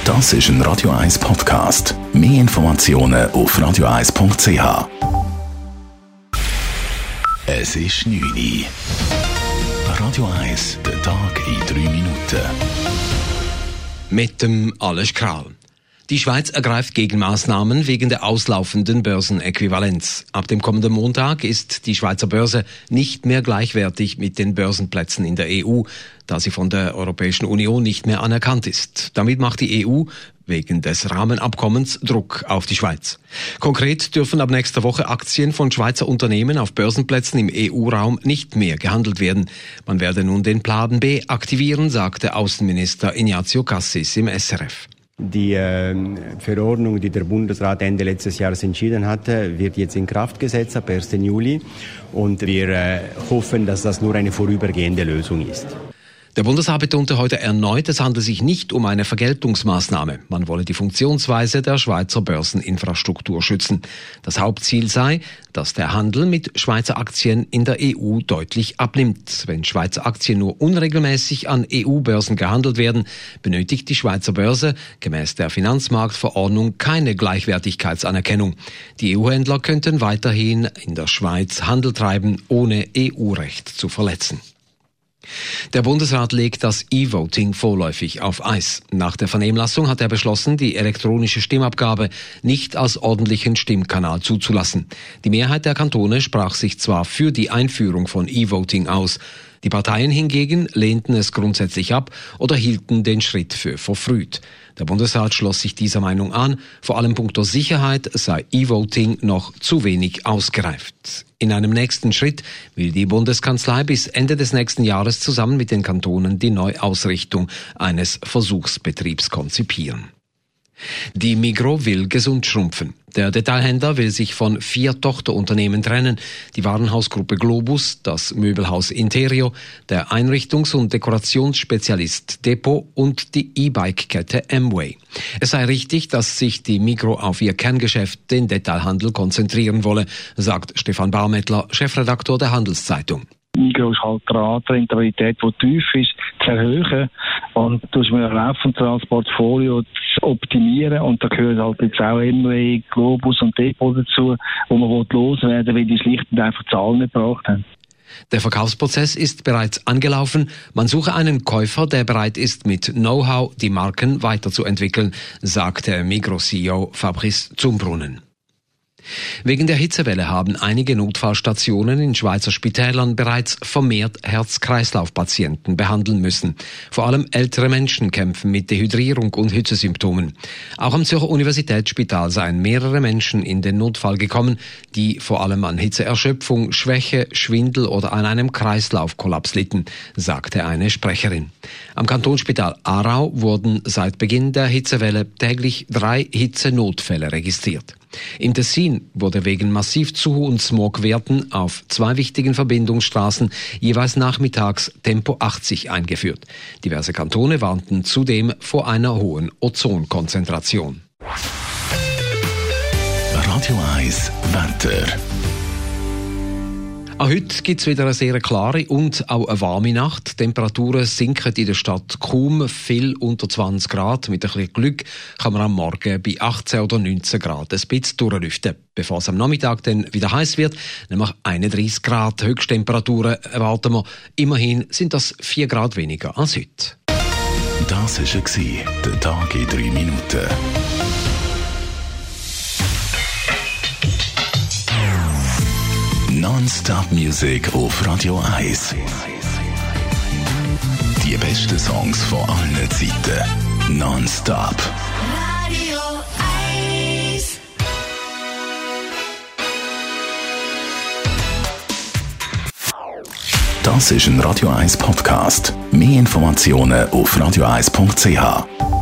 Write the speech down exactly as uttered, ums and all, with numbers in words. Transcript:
Das ist ein Radio eins Podcast. Mehr Informationen auf radio eins punkt c h. Es ist neun Uhr. Radio eins, der Tag in drei Minuten. Mit dem Alles Kral. Die Schweiz ergreift Gegenmaßnahmen wegen der auslaufenden Börsenäquivalenz. Ab dem kommenden Montag ist die Schweizer Börse nicht mehr gleichwertig mit den Börsenplätzen in der E U, da sie von der Europäischen Union nicht mehr anerkannt ist. Damit macht die E U wegen des Rahmenabkommens Druck auf die Schweiz. Konkret dürfen ab nächster Woche Aktien von Schweizer Unternehmen auf Börsenplätzen im E U-Raum nicht mehr gehandelt werden. Man werde nun den Plan B aktivieren, sagte Außenminister Ignazio Cassis im S R F. Die äh, Verordnung, die der Bundesrat Ende letztes Jahres entschieden hatte, wird jetzt in Kraft gesetzt ab ersten Juli. Und wir äh, hoffen, dass das nur eine vorübergehende Lösung ist. Der Bundesrat betonte heute erneut, es handle sich nicht um eine Vergeltungsmaßnahme. Man wolle die Funktionsweise der Schweizer Börseninfrastruktur schützen. Das Hauptziel sei, dass der Handel mit Schweizer Aktien in der E U deutlich abnimmt. Wenn Schweizer Aktien nur unregelmäßig an E U-Börsen gehandelt werden, benötigt die Schweizer Börse gemäß der Finanzmarktverordnung keine Gleichwertigkeitsanerkennung. Die E U-Händler könnten weiterhin in der Schweiz Handel treiben, ohne E U-Recht zu verletzen. Der Bundesrat legt das E-Voting vorläufig auf Eis. Nach der Vernehmlassung hat er beschlossen, die elektronische Stimmabgabe nicht als ordentlichen Stimmkanal zuzulassen. Die Mehrheit der Kantone sprach sich zwar für die Einführung von E-Voting aus, die Parteien hingegen lehnten es grundsätzlich ab oder hielten den Schritt für verfrüht. Der Bundesrat schloss sich dieser Meinung an, vor allem punkto Sicherheit sei E-Voting noch zu wenig ausgereift. In einem nächsten Schritt will die Bundeskanzlei bis Ende des nächsten Jahres zusammen mit den Kantonen die Neuausrichtung eines Versuchsbetriebs konzipieren. Die Migros will gesund schrumpfen. Der Detailhändler will sich von vier Tochterunternehmen trennen. Die Warenhausgruppe Globus, das Möbelhaus Interio, der Einrichtungs- und Dekorationsspezialist Depot und die E-Bike-Kette Amway. Es sei richtig, dass sich die Migros auf ihr Kerngeschäft, den Detailhandel, konzentrieren wolle, sagt Stefan Barmettler, Chefredaktor der Handelszeitung. Migros ist halt dran, die Rentabilität, die tief ist, zu erhöhen und durch ein laufendes Portfolio zu optimieren. Und da gehören halt jetzt auch Amway, Globus und Depot dazu, wo man loswerden will, weil die schlicht und einfach Zahlen nicht gebracht haben. Der Verkaufsprozess ist bereits angelaufen. Man suche einen Käufer, der bereit ist, mit Know-how die Marken weiterzuentwickeln, sagte Migros-C E O Fabrice Zumbrunn. Wegen der Hitzewelle haben einige Notfallstationen in Schweizer Spitälern bereits vermehrt Herz-Kreislauf-Patienten behandeln müssen. Vor allem ältere Menschen kämpfen mit Dehydrierung und Hitzesymptomen. Auch am Zürcher Universitätsspital seien mehrere Menschen in den Notfall gekommen, die vor allem an Hitzeerschöpfung, Schwäche, Schwindel oder an einem Kreislaufkollaps litten, sagte eine Sprecherin. Am Kantonsspital Aarau wurden seit Beginn der Hitzewelle täglich drei Hitzenotfälle registriert. Im Tessin wurde wegen massiv zu hohen Smogwerten auf zwei wichtigen Verbindungsstraßen jeweils nachmittags Tempo achtzig eingeführt. Diverse Kantone warnten zudem vor einer hohen Ozonkonzentration. Radio eins Wetter. Auch heute gibt es wieder eine sehr klare und auch eine warme Nacht. Die Temperaturen sinken in der Stadt kaum viel unter zwanzig Grad. Mit ein bisschen Glück kann man am Morgen bei achtzehn oder neunzehn Grad ein bisschen durchlüften. Bevor es am Nachmittag dann wieder heiß wird, nämlich einunddreissig Grad Höchsttemperaturen erwarten wir. Immerhin sind das vier Grad weniger als heute. Das war der Tag in drei Minuten. Non-Stop-Musik auf Radio eins. Die besten Songs von allen Zeiten. Non-Stop. Radio eins. Das ist ein Radio eins Podcast. Mehr Informationen auf radio eins punkt c h.